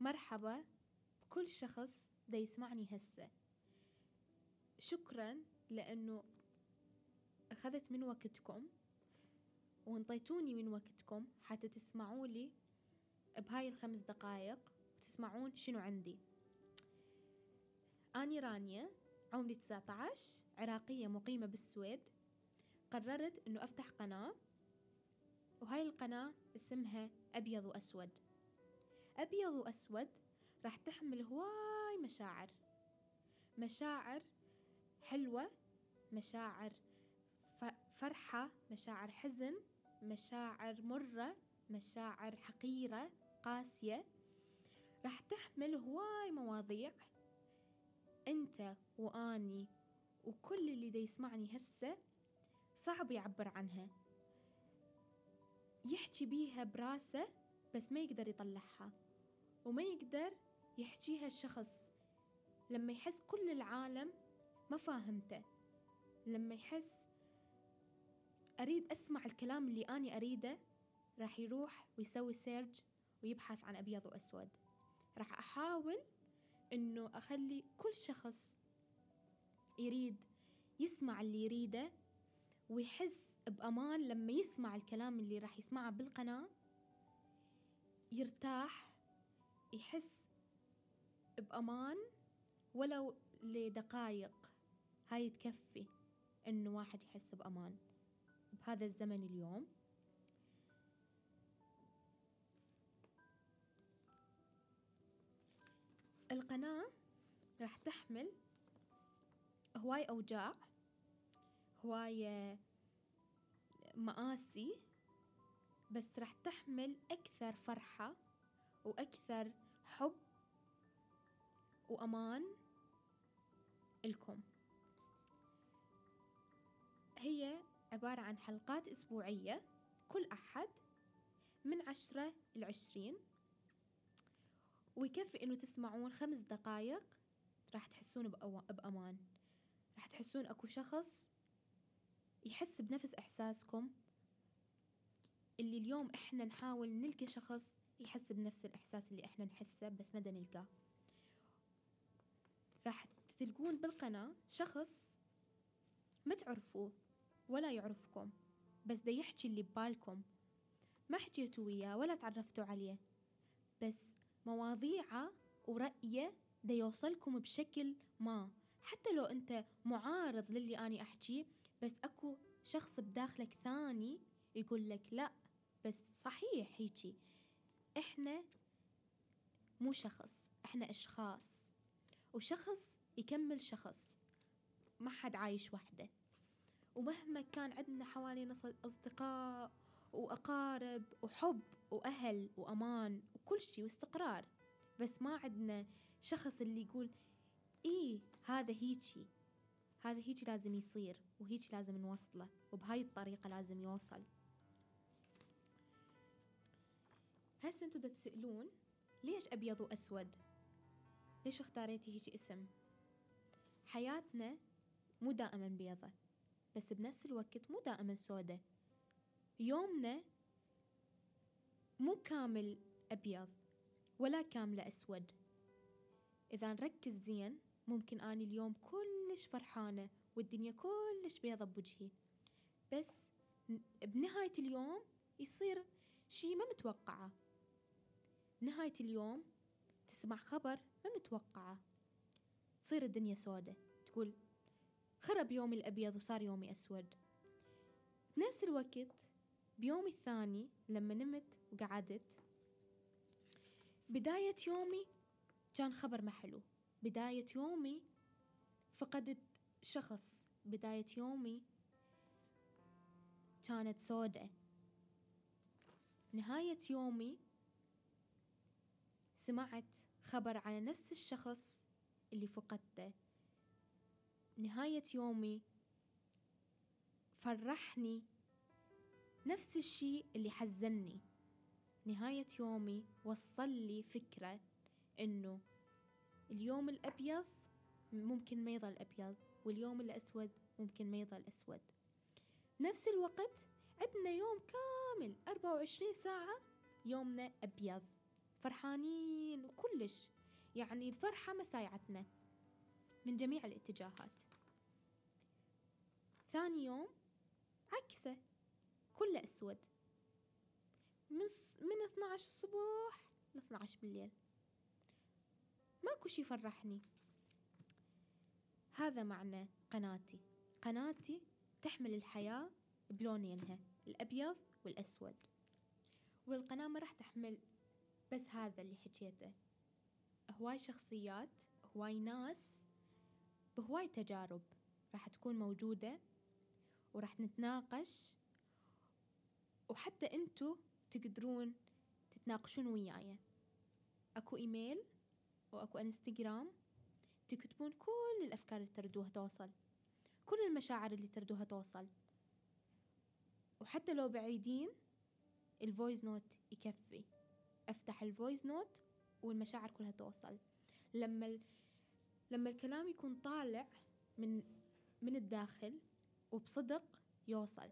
مرحبا بكل شخص دا يسمعني هسه. شكرا لأنه أخذت من وقتكم وانطيتوني من وقتكم حتى تسمعوا لي بهاي ال5 دقائق وتسمعون شنو عندي. أني رانيا، عمري 19، عراقية مقيمة بالسويد. قررت أنه أفتح قناة، وهاي القناة اسمها أبيض وأسود. أبيض وأسود راح تحمل هواي مشاعر حلوة، مشاعر فرحة، مشاعر حزن، مشاعر مرة، مشاعر حقيرة قاسية. راح تحمل هواي مواضيع أنت وآني وكل اللي دا يسمعني هسه صعب يعبر عنها، يحكي بيها براسه بس ما يقدر يطلعها، وما يقدر يحكيها الشخص لما يحس كل العالم ما فاهمته، لما يحس أريد أسمع الكلام اللي أنا أريده، راح يروح ويسوي سيرج ويبحث عن أبيض وأسود. راح أحاول أنه أخلي كل شخص يريد يسمع اللي يريده ويحس بأمان لما يسمع الكلام اللي راح يسمعه بالقناة، يرتاح، يحس بأمان ولو لدقائق. هاي تكفي إنه واحد يحس بأمان بهذا الزمن اليوم. القناة راح تحمل هواي أوجاع، هواي مآسي، بس راح تحمل أكثر فرحة وأكثر حب وأمان لكم. هي عبارة عن حلقات أسبوعية كل أحد من 10 ل20، ويكفي إنه تسمعون 5 دقائق راح تحسون بأمان، راح تحسون أكو شخص يحس بنفس إحساسكم، اللي اليوم إحنا نحاول نلقى شخص يحس بنفس الإحساس اللي إحنا نحسه بس ما نلقاه. راح تلقون بالقناة شخص ما تعرفوه ولا يعرفكم، بس دا يحكي اللي ببالكم، ما حكيتوا وياه ولا تعرفتوا عليه، بس مواضيعه ورأيه دا يوصلكم بشكل ما. حتى لو أنت معارض للي أنا أحكيه، بس أكو شخص بداخلك ثاني يقول لك لا، بس صحيح هيجي. إحنا مو شخص، إحنا أشخاص، وشخص يكمل شخص، ما حد عايش وحده. ومهما كان عندنا حوالينا أصدقاء وأقارب وحب وأهل وأمان وكل شيء واستقرار، بس ما عندنا شخص اللي يقول إيه هذا هيجي، هذا هيجي لازم يصير، وهيجي لازم نوصله، وبهاي الطريقة لازم يوصل. هسه انتوا دا تسألون ليش أبيض وأسود؟ ليش اختاريتي هيجي اسم؟ حياتنا مو دائما بيضة، بس بنفس الوقت مو دائما سودة. يومنا مو كامل أبيض ولا كاملة أسود. إذا نركز زين ممكن أني اليوم كلش فرحانة والدنيا كلش بيضة بوجهي، بس بنهاية اليوم يصير شي ما متوقعة. نهاية اليوم تسمع خبر ما متوقعة، تصير الدنيا سودة، تقول خرب يومي الأبيض وصار يومي أسود. بنفس الوقت بيومي الثاني لما نمت وقعدت، بداية يومي كان خبر ما حلو، بداية يومي فقدت شخص، بداية يومي كانت سودة. نهاية يومي سمعت خبر على نفس الشخص اللي فقدته. نهاية يومي فرحني نفس الشيء اللي حزني. نهاية يومي وصل لي فكرة إنه اليوم الأبيض ممكن ما يظل أبيض، واليوم الأسود ممكن ما يظل أسود. نفس الوقت عندنا يوم كامل 24 ساعة يومنا أبيض، فرحانين وكلش، يعني الفرحة مسايعتنا من جميع الاتجاهات. ثاني يوم عكسه، كله أسود، من 12 الصبح ل 12 بالليل، ماكو شي يفرحني. هذا معنى قناتي تحمل الحياة بلونينها، الأبيض والأسود. والقناة ما راح تحمل بس هذا اللي حكيته، هواي شخصيات، هواي ناس، بهواي تجارب راح تكون موجودة، وراح نتناقش، وحتى انتو تقدرون تتناقشون وياي. اكو ايميل واكو انستغرام، تكتبون كل الافكار اللي تردوها توصل، كل المشاعر اللي تردوها توصل. وحتى لو بعيدين الفويس نوت يكفي، افتح الفويس نوت والمشاعر كلها توصل. لما الكلام يكون طالع من الداخل وبصدق يوصل.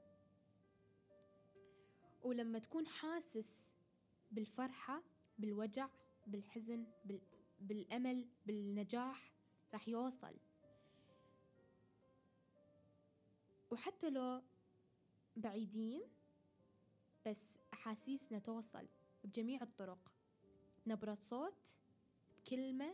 ولما تكون حاسس بالفرحة، بالوجع، بالحزن، بالأمل، بالنجاح، راح يوصل. وحتى لو بعيدين، بس أحاسيسنا توصل بجميع الطرق، نبرة صوت، بكلمة،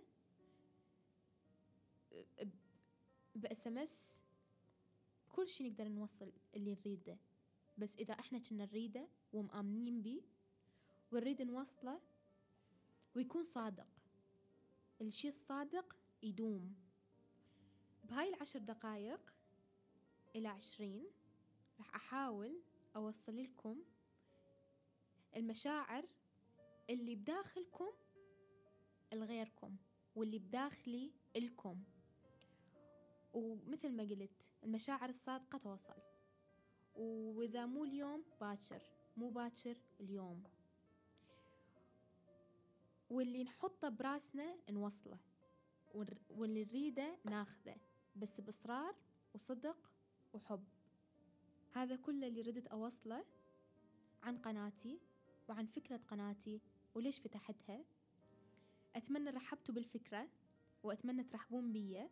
بأسمس، كل شي نقدر نوصل اللي نريده، بس إذا إحنا كنا نريده ومآمنين بيه ونريد نوصله ويكون صادق. الشي الصادق يدوم. بهاي 10 دقايق إلى 20 راح أحاول أوصل لكم المشاعر اللي بداخلكم لغيركم، واللي بداخلي إلكم. ومثل ما قلت، المشاعر الصادقة توصل، وإذا مو اليوم باكر، مو باكر اليوم. واللي نحطه براسنا نوصله، واللي نريده ناخذه، بس بإصرار وصدق وحب. هذا كله اللي ردت أوصله عن قناتي وعن فكرة قناتي وليش فتحتها. أتمنى رحبتوا بالفكرة، وأتمنى ترحبون بي.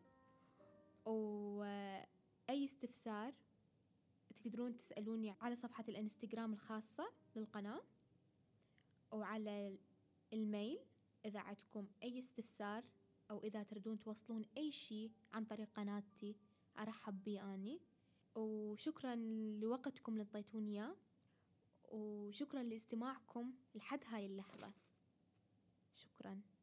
وأي استفسار تقدرون تسألوني على صفحة الانستغرام الخاصة للقناة، أو على الميل إذا عندكم أي استفسار، أو إذا تردون توصلون أي شيء عن طريق قناتي أرحب بي أني. وشكرا لوقتكم اللي انطيتوني إياه، وشكرا لاستماعكم لحد هاي اللحظة. شكرا.